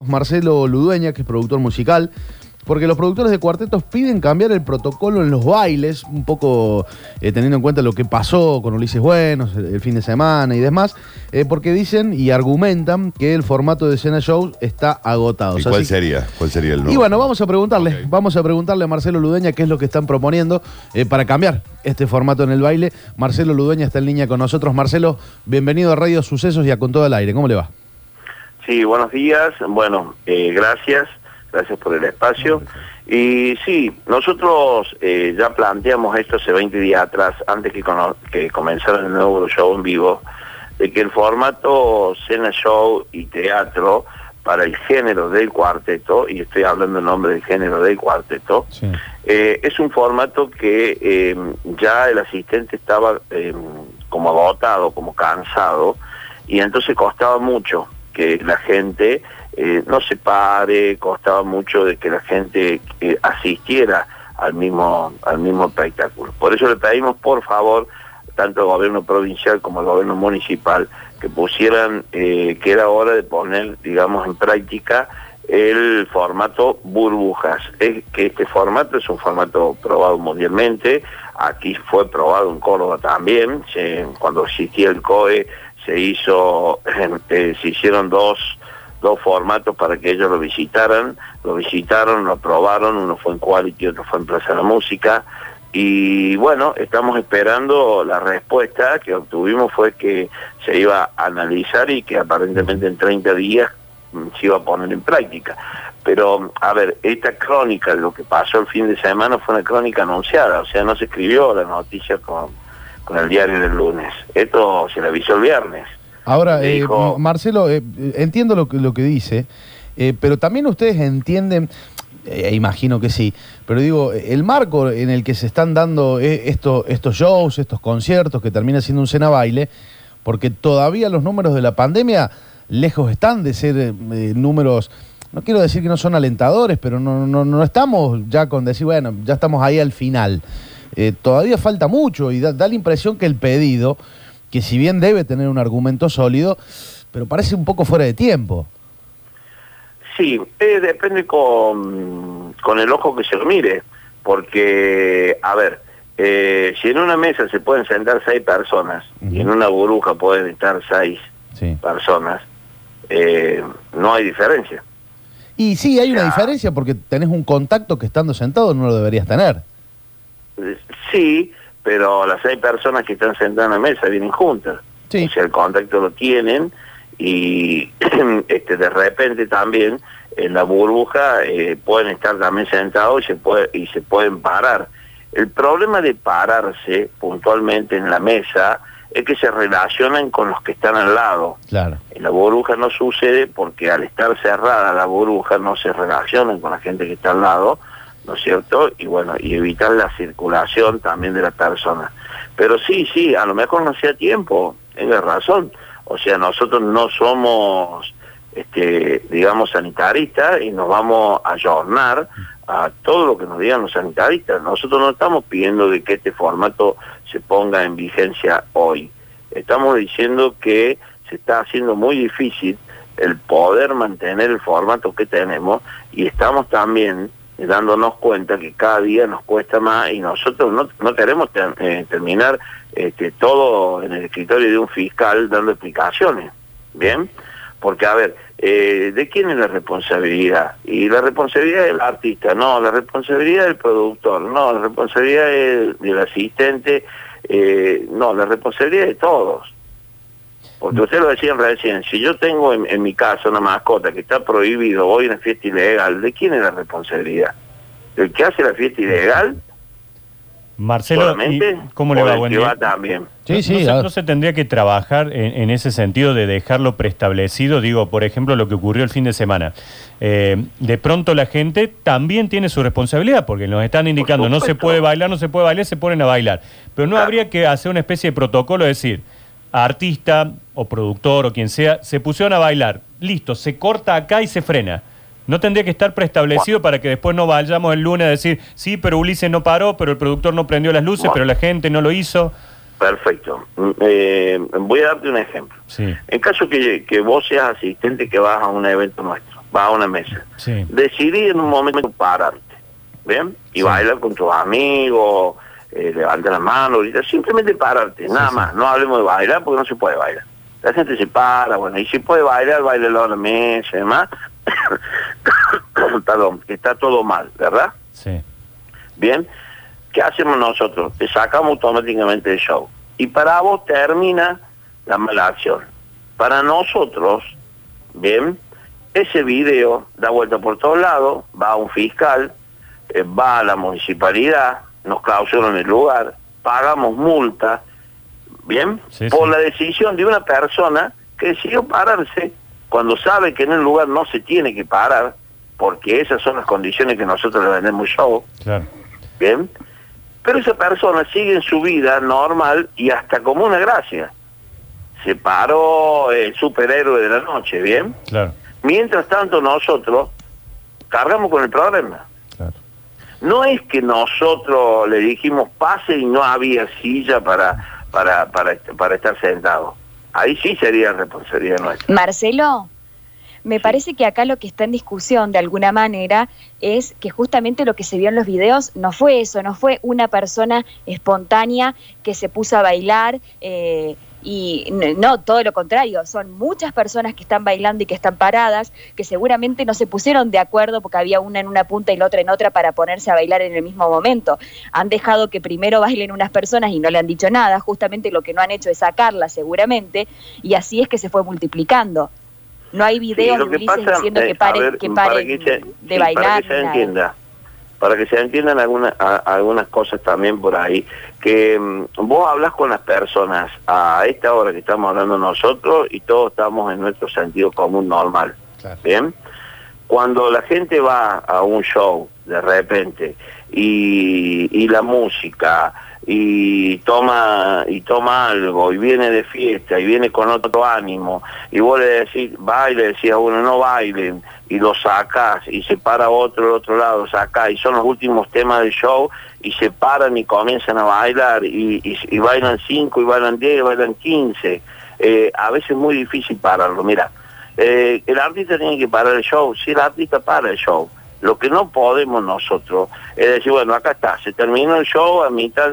Marcelo Ludueña, que es productor musical, porque los productores de cuartetos piden cambiar el protocolo en los bailes, un poco teniendo en cuenta lo que pasó con Ulises Buenos el fin de semana y demás, porque dicen y argumentan que el formato de Escena Show está agotado. ¿Y cuál sería? ¿Cuál sería el nuevo? Y bueno, vamos a preguntarle a Marcelo Ludueña qué es lo que están proponiendo para cambiar este formato en el baile. Marcelo Ludueña está en línea con nosotros. Marcelo, bienvenido a Radio Sucesos y a Con Todo el Aire. ¿Cómo le va? Sí, buenos días. Bueno, gracias por el espacio. Y sí, nosotros ya planteamos esto hace 20 días atrás, antes que comenzara el nuevo show en vivo, de que el formato Escena Show y teatro para el género del cuarteto, y estoy hablando en nombre del género del cuarteto, sí. Es un formato que ya el asistente estaba como agotado, como cansado, y entonces costaba mucho que la gente no se pare, costaba mucho de que la gente asistiera al mismo espectáculo. Por eso le pedimos, por favor, tanto al gobierno provincial como al gobierno municipal, que pusieran que era hora de poner, digamos, en práctica el formato burbujas. Que este formato es un formato probado mundialmente, aquí fue probado en Córdoba también, cuando existía el COE se hicieron dos formatos para que ellos lo visitaron, lo probaron, uno fue en Quality, otro fue en Plaza de la Música, y bueno, estamos esperando la respuesta que obtuvimos, fue que se iba a analizar y que aparentemente en 30 días se iba a poner en práctica. Pero, a ver, esta crónica, lo que pasó el fin de semana fue una crónica anunciada, o sea, no se escribió la noticia con el diario del lunes, esto se le avisó el viernes. Ahora, Marcelo, entiendo lo que dice, pero también ustedes entienden, imagino que sí, pero digo, el marco en el que se están dando estos shows, estos conciertos, que termina siendo un cena baile, porque todavía los números de la pandemia lejos están de ser números, no quiero decir que no son alentadores, pero no estamos ya con decir, bueno, ya estamos ahí al final. Todavía falta mucho y da la impresión que el pedido, que si bien debe tener un argumento sólido, pero parece un poco fuera de tiempo. Sí, depende con el ojo que se lo mire, porque, a ver, si en una mesa se pueden sentar 6 personas, y en una burbuja pueden estar 6 personas, no hay diferencia. Y sí, hay una diferencia porque tenés un contacto que estando sentado no lo deberías tener. Sí, pero las 6 personas que están sentadas en la mesa vienen juntas. Sí. O sea, el contacto lo tienen y de repente también en la burbuja pueden estar también sentados y se pueden parar. El problema de pararse puntualmente en la mesa es que se relacionan con los que están al lado. Claro. En la burbuja no sucede porque al estar cerrada la burbuja no se relacionan con la gente que está al lado, ¿no es cierto? Y bueno, y evitar la circulación también de la persona. Pero sí, a lo mejor no sea tiempo, tenga razón. O sea, nosotros no somos, digamos, sanitaristas y nos vamos a ayornar a todo lo que nos digan los sanitaristas. Nosotros no estamos pidiendo de que este formato se ponga en vigencia hoy. Estamos diciendo que se está haciendo muy difícil el poder mantener el formato que tenemos y estamos también dándonos cuenta que cada día nos cuesta más y nosotros no queremos terminar todo en el escritorio de un fiscal dando explicaciones, ¿bien? Porque, a ver, ¿de quién es la responsabilidad? Y la responsabilidad del artista, no, la responsabilidad del productor, no, la responsabilidad del asistente, no, la responsabilidad de todos. Porque usted lo decía recién, si yo tengo en mi casa una mascota que está prohibido, voy a una fiesta ilegal, ¿de quién es la responsabilidad? ¿El que hace la fiesta ilegal? Marcelo, ¿cómo le va? Buen día. También. Sí, no se tendría que trabajar en ese sentido de dejarlo preestablecido, digo, por ejemplo, lo que ocurrió el fin de semana. De pronto la gente también tiene su responsabilidad, porque nos están indicando, no se puede bailar, se ponen a bailar. Pero no habría que hacer una especie de protocolo, es decir, artista o productor o quien sea, se pusieron a bailar, listo, se corta acá y se frena. ¿No tendría que estar preestablecido para que después no vayamos el lunes a decir, sí, pero Ulises no paró, pero el productor no prendió las luces, pero la gente no lo hizo? Perfecto. Voy a darte un ejemplo. Sí. En caso que vos seas asistente que vas a un evento nuestro, va a una mesa. Sí. Decidí en un momento pararte, ¿bien? Y bailar con tus amigos, levantar las manos, ahorita, simplemente pararte, nada más. No hablemos de bailar porque no se puede bailar. La gente se para, bueno, y si puede bailar, bailalo a la mesa y demás. Perdón, que está todo mal, ¿verdad? Sí. Bien, ¿qué hacemos nosotros? Te sacamos automáticamente del show. Y para vos termina la mala acción. Para nosotros, bien, ese video da vuelta por todos lados, va a un fiscal, va a la municipalidad, nos clausuran el lugar, pagamos multa, bien, por la decisión de una persona que decidió pararse cuando sabe que en el lugar no se tiene que parar, porque esas son las condiciones que nosotros le vendemos show. Claro. Bien, pero esa persona sigue en su vida normal y hasta como una gracia. Se paró el superhéroe de la noche, ¿bien? Claro. Mientras tanto nosotros cargamos con el problema. Claro. No es que nosotros le dijimos pase y no había silla para estar sentado. Ahí sí sería responsabilidad nuestra. Marcelo, me parece que acá lo que está en discusión de alguna manera es que justamente lo que se vio en los videos no fue eso, no fue una persona espontánea que se puso a bailar y no, todo lo contrario, son muchas personas que están bailando y que están paradas, que seguramente no se pusieron de acuerdo porque había una en una punta y la otra en otra para ponerse a bailar en el mismo momento. Han dejado que primero bailen unas personas y no le han dicho nada, justamente lo que no han hecho es sacarla seguramente, y así es que se fue multiplicando. No hay videos de Ulises diciendo que paren de bailar. Para que se entiendan algunas cosas también por ahí, que vos hablas con las personas a esta hora que estamos hablando nosotros y todos estamos en nuestro sentido común normal. Claro. ¿Bien? Cuando la gente va a un show de repente y la música y toma algo y viene de fiesta y viene con otro ánimo y vos le decís baile, decís a uno no bailen y lo sacás y se para otro del otro lado, sacás y son los últimos temas del show y se paran y comienzan a bailar y bailan 5 y bailan 10 y bailan 15, a veces es muy difícil pararlo. Mira, el artista tiene que parar el show, si el artista para el show. Lo que no podemos nosotros es decir, bueno, acá está, se terminó el show a mitad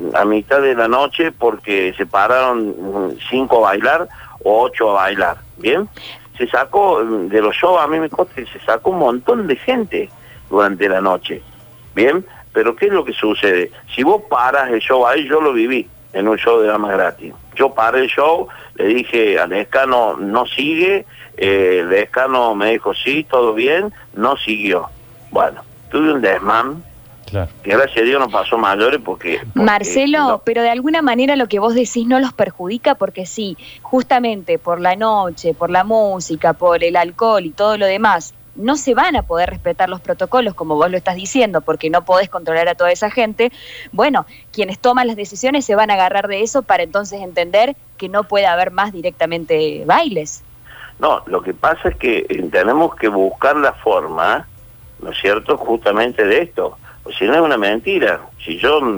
de la noche porque se pararon 5 a bailar o 8 a bailar, ¿bien? Se sacó, de los shows a mí me consta que se sacó un montón de gente durante la noche, ¿bien? Pero ¿qué es lo que sucede? Si vos paras el show ahí, yo lo viví en un show de Damas Gratis. Yo paré el show, le dije al Escano, no sigue, el Escano me dijo, sí, todo bien, no siguió. Bueno, tuve un desmán, claro, que gracias a Dios no pasó mayores porque Marcelo, no. Pero de alguna manera lo que vos decís no los perjudica porque sí, justamente por la noche, por la música, por el alcohol y todo lo demás, no se van a poder respetar los protocolos como vos lo estás diciendo porque no podés controlar a toda esa gente. Bueno, quienes toman las decisiones se van a agarrar de eso para entonces entender que no puede haber más directamente bailes. No, lo que pasa es que tenemos que buscar la forma, ¿no es cierto?, justamente de esto. Pues si no es una mentira. Si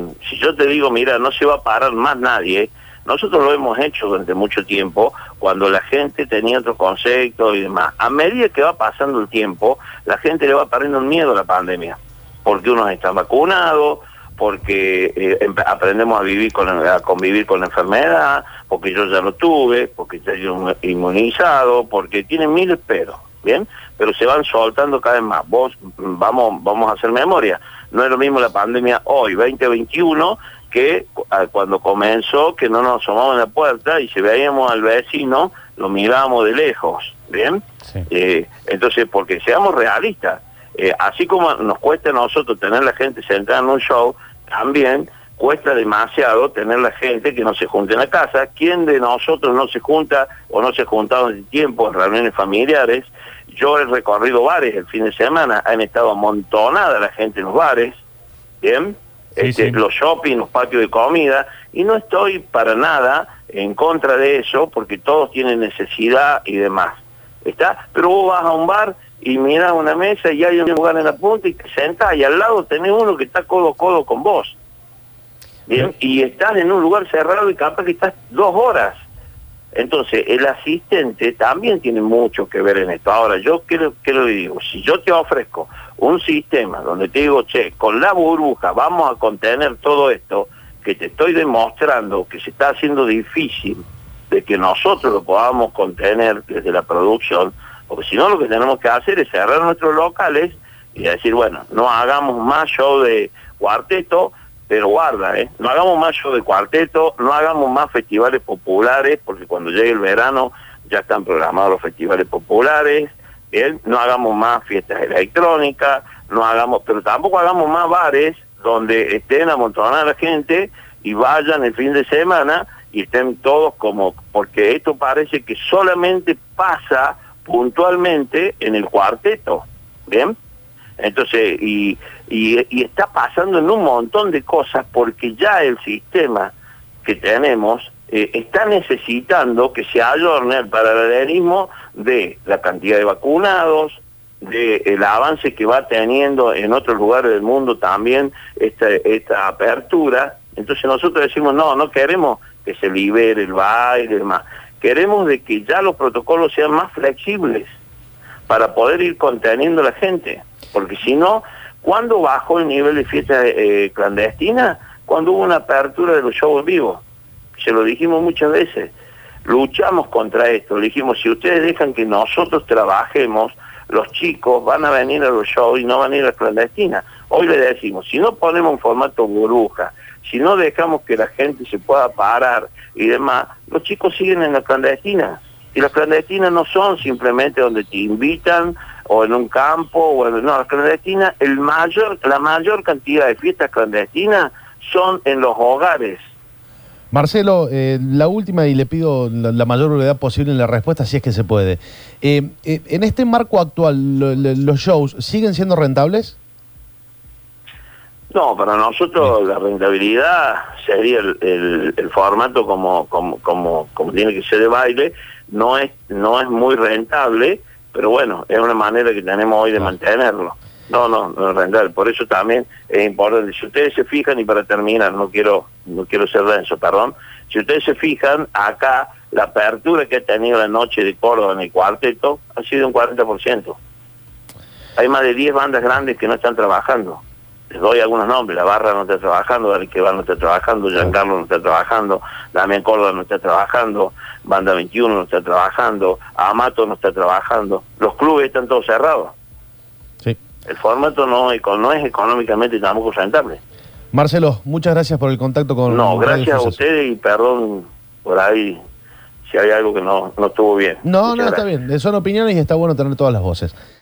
yo te digo, mira, no se va a parar más nadie, nosotros lo hemos hecho durante mucho tiempo, cuando la gente tenía otro concepto y demás. A medida que va pasando el tiempo, la gente le va perdiendo el miedo a la pandemia, porque unos están vacunados, porque aprendemos a convivir con la enfermedad, porque yo ya lo tuve, porque estoy inmunizado, porque tienen miles peros, ¿bien? Pero se van soltando cada vez más. Vamos a hacer memoria. No es lo mismo la pandemia hoy, 2021, que cuando comenzó, que no nos asomamos en la puerta y si veíamos al vecino, lo mirábamos de lejos, ¿bien? Sí. Entonces, porque seamos realistas, así como nos cuesta a nosotros tener la gente sentada en un show, también cuesta demasiado tener la gente que no se junte en la casa. ¿Quién de nosotros no se junta o no se ha juntado en tiempo en reuniones familiares? Yo he recorrido bares el fin de semana, han estado amontonada la gente en los bares, ¿bien? Sí. Los shopping, los patios de comida, y no estoy para nada en contra de eso, porque todos tienen necesidad y demás, ¿está? Pero vos vas a un bar y mirás una mesa y hay un lugar en la punta y te sentás y al lado tenés uno que está codo a codo con vos, ¿bien? Y estás en un lugar cerrado y capaz que estás 2 horas, Entonces, el asistente también tiene mucho que ver en esto. Ahora, yo ¿qué le digo? Si yo te ofrezco un sistema donde te digo, che, con la burbuja vamos a contener todo esto, que te estoy demostrando que se está haciendo difícil de que nosotros lo podamos contener desde la producción, porque si no lo que tenemos que hacer es cerrar nuestros locales y decir, bueno, no hagamos más show de cuarteto, pero guarda, no hagamos más show de cuarteto, no hagamos más festivales populares, porque cuando llegue el verano ya están programados los festivales populares, ¿bien? No hagamos más fiestas electrónicas, pero tampoco hagamos más bares donde estén amontonada la gente y vayan el fin de semana y estén todos porque esto parece que solamente pasa puntualmente en el cuarteto, ¿bien? Entonces, y está pasando en un montón de cosas porque ya el sistema que tenemos está necesitando que se ayorne al paralelismo de la cantidad de vacunados, del avance que va teniendo en otros lugares del mundo también esta apertura. Entonces nosotros decimos, no queremos que se libere el baile y demás, queremos de que ya los protocolos sean más flexibles para poder ir conteniendo a la gente, porque si no, ¿cuándo bajó el nivel de fiesta clandestina? Cuando hubo una apertura de los shows en vivo. Se lo dijimos muchas veces, luchamos contra esto, le dijimos, si ustedes dejan que nosotros trabajemos, los chicos van a venir a los shows y no van a ir a la clandestina. Hoy le decimos, si no ponemos un formato burbuja, si no dejamos que la gente se pueda parar y demás, los chicos siguen en la clandestina. Y las clandestinas no son simplemente donde te invitan o en un campo, no, las clandestinas, la mayor cantidad de fiestas clandestinas son en los hogares. Marcelo, la última, y le pido la mayor brevedad posible en la respuesta, si es que se puede. En este marco actual, ¿los shows siguen siendo rentables? No, para nosotros la rentabilidad sería el formato como tiene que ser de baile, no es muy rentable, pero bueno, es una manera que tenemos hoy de mantenerlo. No es rentable, por eso también es importante. Si ustedes se fijan, y para terminar, no quiero ser denso, perdón, si ustedes se fijan, acá la apertura que ha tenido la noche de Córdoba en el cuarteto ha sido un 40%. Hay más de 10 bandas grandes que no están trabajando. Les doy algunos nombres: La Barra no está trabajando, Arequipa no está trabajando, Giancarlo no está trabajando, Damián Córdoba no está trabajando, Banda 21 no está trabajando, Amato no está trabajando. Los clubes están todos cerrados. Sí. El formato no es económicamente tampoco rentable. Marcelo, muchas gracias por el contacto con... No, gracias a ustedes y perdón por ahí si hay algo que no estuvo bien. No, está bien. Son opiniones y está bueno tener todas las voces.